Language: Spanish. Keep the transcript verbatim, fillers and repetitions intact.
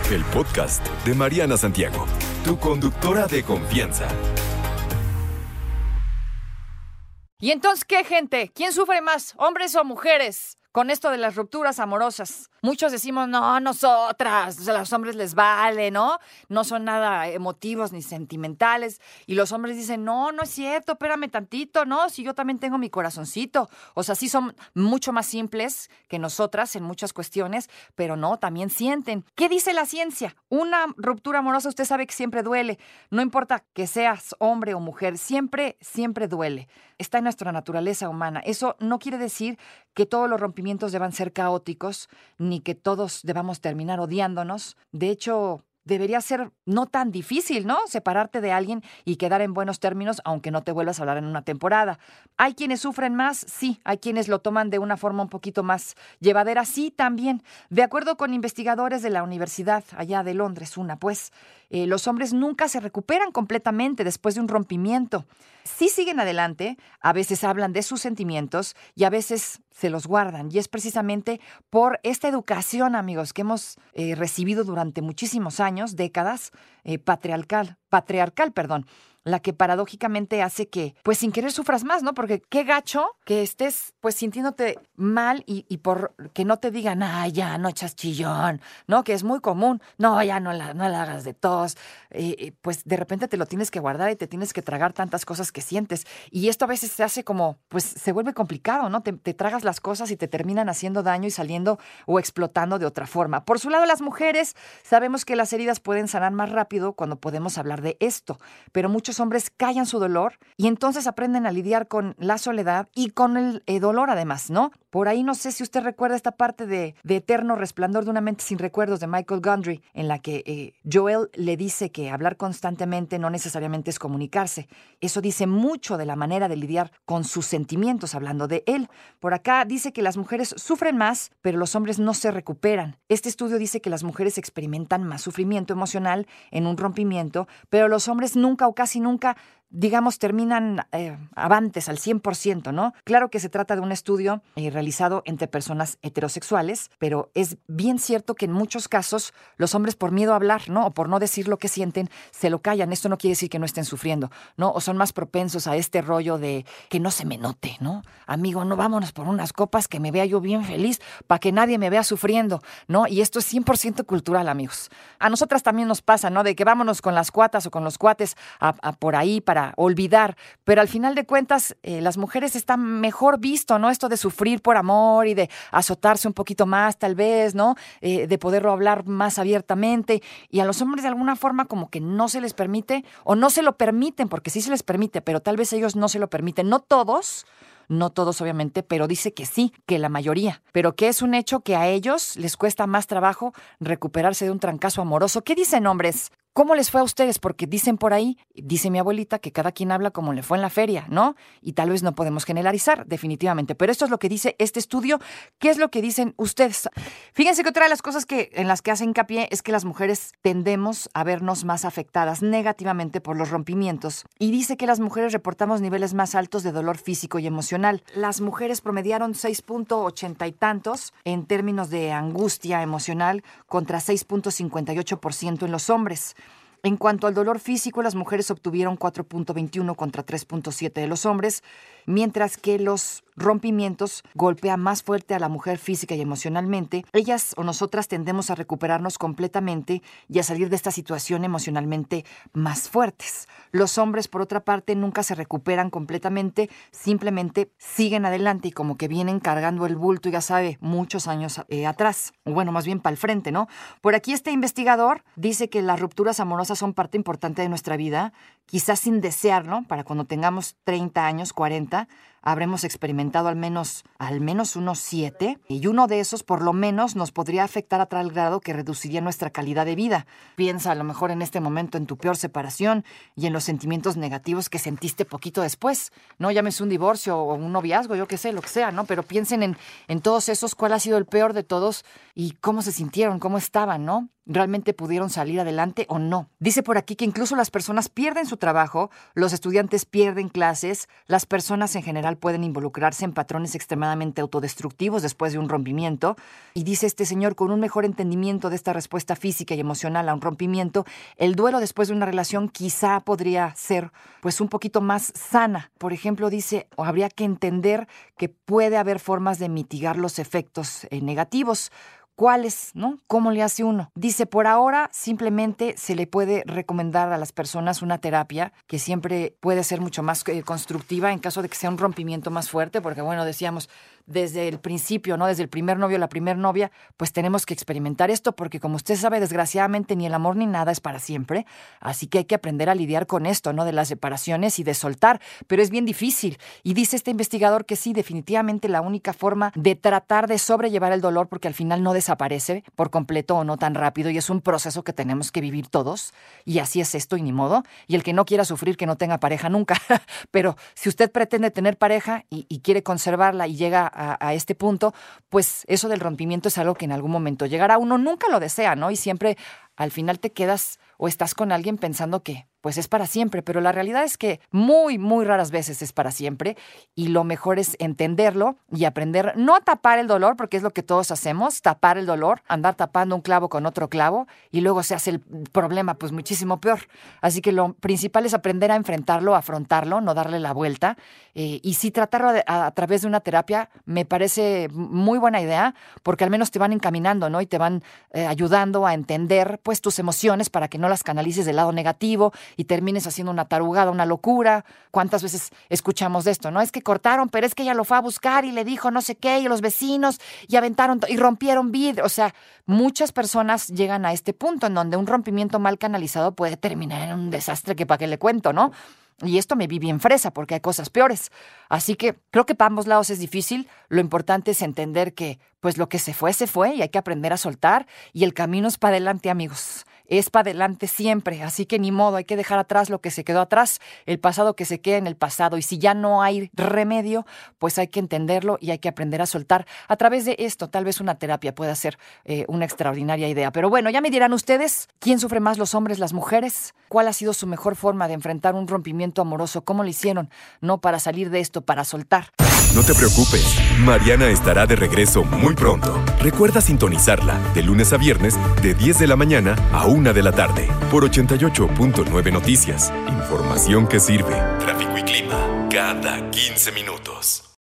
el podcast de Mariana Santiago, tu conductora de confianza. ¿Y entonces qué, gente? ¿Quién sufre más, hombres o mujeres, con esto de las rupturas amorosas? Muchos decimos, no, nosotras, o sea, a los hombres les vale, ¿no? No son nada emotivos ni sentimentales. Y los hombres dicen, no, no es cierto, espérame tantito, ¿no? Si yo también tengo mi corazoncito. O sea, sí son mucho más simples que nosotras en muchas cuestiones, pero no, también sienten. ¿Qué dice la ciencia? Una ruptura amorosa, usted sabe que siempre duele. No importa que seas hombre o mujer, siempre, siempre duele. Está en nuestra naturaleza humana. Eso no quiere decir que todos los rompimientos deban ser caóticos, ni que todos debamos terminar odiándonos. De hecho, debería ser no tan difícil, ¿no? Separarte de alguien y quedar en buenos términos, aunque no te vuelvas a hablar en una temporada. ¿Hay quienes sufren más? Sí. ¿Hay quienes lo toman de una forma un poquito más llevadera? Sí, también. De acuerdo con investigadores de la Universidad allá de Londres, una pues, eh, los hombres nunca se recuperan completamente después de un rompimiento. Sí siguen adelante, a veces hablan de sus sentimientos y a veces se los guardan. Y es precisamente por esta educación, amigos, que hemos eh, recibido durante muchísimos años, décadas, eh, patriarcal, patriarcal, perdón, la que paradójicamente hace que, pues sin querer sufras más, ¿no? Porque qué gacho que estés, pues sintiéndote mal y, y por que no te digan, ay, ya, no echas chillón, ¿no? Que es muy común, no, ya no la, no la hagas de tos, eh, pues de repente te lo tienes que guardar y te tienes que tragar tantas cosas que sientes. Y esto a veces se hace como, pues se vuelve complicado, ¿no? Te, te tragas las cosas y te terminan haciendo daño y saliendo o explotando de otra forma. Por su lado, las mujeres sabemos que las heridas pueden sanar más rápido cuando podemos hablar de esto, pero muchos hombres callan su dolor y entonces aprenden a lidiar con la soledad y con el eh, dolor además, ¿no? Por ahí no sé si usted recuerda esta parte de, de Eterno Resplandor de una mente sin recuerdos de Michael Gondry, en la que eh, Joel le dice que hablar constantemente no necesariamente es comunicarse. Eso dice mucho de la manera de lidiar con sus sentimientos, hablando de él. Por acá dice que las mujeres sufren más, pero los hombres no se recuperan. Este estudio dice que las mujeres experimentan más sufrimiento emocional en un rompimiento, pero los hombres nunca o casi nunca, digamos, terminan eh, avantes al cien por ciento, ¿no? Claro que se trata de un estudio eh, realizado entre personas heterosexuales, pero es bien cierto que en muchos casos los hombres por miedo a hablar, ¿no? O por no decir lo que sienten, se lo callan. Esto no quiere decir que no estén sufriendo, ¿no? O son más propensos a este rollo de que no se me note, ¿no? Amigo, no, vámonos por unas copas que me vea yo bien feliz para que nadie me vea sufriendo, ¿no? Y esto es cien por ciento cultural, amigos. A nosotras también nos pasa, ¿no? De que vámonos con las cuatas o con los cuates a, a por ahí para olvidar, pero al final de cuentas eh, las mujeres están mejor visto, ¿no? Esto de sufrir por amor y de azotarse un poquito más tal vez, ¿no? Eh, de poderlo hablar más abiertamente, y a los hombres de alguna forma como que no se les permite o no se lo permiten, porque sí se les permite, pero tal vez ellos no se lo permiten, no todos. No todos, obviamente, pero dice que sí, que la mayoría. Pero que es un hecho que a ellos les cuesta más trabajo recuperarse de un trancazo amoroso. ¿Qué dicen, hombres? ¿Cómo les fue a ustedes? Porque dicen por ahí, dice mi abuelita, que cada quien habla como le fue en la feria, ¿no? Y tal vez no podemos generalizar, definitivamente. Pero esto es lo que dice este estudio. ¿Qué es lo que dicen ustedes? Fíjense que otra de las cosas que, en las que hace hincapié es que las mujeres tendemos a vernos más afectadas negativamente por los rompimientos. Y dice que las mujeres reportamos niveles más altos de dolor físico y emocional. Las mujeres promediaron seis punto ochenta y tantos en términos de angustia emocional contra seis punto cincuenta y ocho por ciento en los hombres. En cuanto al dolor físico, las mujeres obtuvieron cuatro punto veintiuno contra tres punto siete de los hombres, mientras que los rompimientos golpean más fuerte a la mujer física y emocionalmente. Ellas o nosotras tendemos a recuperarnos completamente y a salir de esta situación emocionalmente más fuertes. Los hombres, por otra parte, nunca se recuperan completamente, simplemente siguen adelante y como que vienen cargando el bulto, ya sabe, muchos años eh, atrás, o bueno, más bien para el frente, ¿no? Por aquí este investigador dice que las rupturas amorosas son parte importante de nuestra vida, quizás sin desearlo, para cuando tengamos treinta años, cuarenta, habremos experimentado al menos, al menos unos siete, y uno de esos por lo menos nos podría afectar a tal grado que reduciría nuestra calidad de vida. Piensa a lo mejor en este momento en tu peor separación y en los sentimientos negativos que sentiste poquito después, ¿no? Llámese un divorcio o un noviazgo, yo qué sé, lo que sea, ¿no? Pero piensen en, en todos esos, cuál ha sido el peor de todos y cómo se sintieron, cómo estaban, ¿no? ¿Realmente pudieron salir adelante o no? Dice por aquí que incluso las personas pierden su trabajo, los estudiantes pierden clases, las personas en general general pueden involucrarse en patrones extremadamente autodestructivos después de un rompimiento. Y dice este señor, con un mejor entendimiento de esta respuesta física y emocional a un rompimiento, el duelo después de una relación quizá podría ser pues un poquito más sana. Por ejemplo, dice, o habría que entender que puede haber formas de mitigar los efectos eh, negativos. ¿Cuáles, no? ¿Cómo le hace uno? Dice, por ahora simplemente se le puede recomendar a las personas una terapia que siempre puede ser mucho más eh, constructiva en caso de que sea un rompimiento más fuerte, porque bueno, decíamos, desde el principio, ¿no? Desde el primer novio, la primer novia, pues tenemos que experimentar esto, porque como usted sabe, desgraciadamente ni el amor ni nada es para siempre, así que hay que aprender a lidiar con esto, ¿no? De las separaciones y de soltar, pero es bien difícil. Y dice este investigador que sí, definitivamente la única forma de tratar de sobrellevar el dolor, porque al final no desaparece por completo o no tan rápido, y es un proceso que tenemos que vivir todos, y así es esto y ni modo, y el que no quiera sufrir que no tenga pareja nunca, pero si usted pretende tener pareja y, y quiere conservarla y llega a A, a este punto, pues eso del rompimiento es algo que en algún momento llegará. Uno nunca lo desea, ¿no? Y siempre al final te quedas o estás con alguien pensando que pues es para siempre, pero la realidad es que muy, muy raras veces es para siempre, y lo mejor es entenderlo y aprender no a tapar el dolor, porque es lo que todos hacemos, tapar el dolor, andar tapando un clavo con otro clavo, y luego se hace el problema pues muchísimo peor. Así que lo principal es aprender a enfrentarlo, a afrontarlo, no darle la vuelta, eh, y sí tratarlo a, a, a través de una terapia me parece muy buena idea, porque al menos te van encaminando, ¿no? Y te van eh, ayudando a entender pues tus emociones para que no las canalices del lado negativo y termines haciendo una tarugada, una locura. ¿Cuántas veces escuchamos de esto, no? Es que cortaron, pero es que ella lo fue a buscar y le dijo no sé qué, y los vecinos, y aventaron y rompieron vidrio. O sea, muchas personas llegan a este punto en donde un rompimiento mal canalizado puede terminar en un desastre que para qué le cuento, ¿no? Y esto me vi bien fresa porque hay cosas peores. Así que creo que para ambos lados es difícil. Lo importante es entender que pues lo que se fue, se fue, y hay que aprender a soltar. Y el camino es para adelante, amigos. Es para adelante siempre. Así que ni modo, hay que dejar atrás lo que se quedó atrás, el pasado que se queda en el pasado. Y si ya no hay remedio, pues hay que entenderlo y hay que aprender a soltar. A través de esto, tal vez una terapia pueda ser eh, una extraordinaria idea. Pero bueno, ya me dirán ustedes, ¿quién sufre más, los hombres, las mujeres? ¿Cuál ha sido su mejor forma de enfrentar un rompimiento amoroso? ¿Cómo lo hicieron? No para salir de esto, para soltar. No te preocupes, Mariana estará de regreso muy pronto. Recuerda sintonizarla de lunes a viernes de diez de la mañana a una de la tarde por ochenta y ocho punto nueve Noticias. Información que sirve. Tráfico y clima cada quince minutos.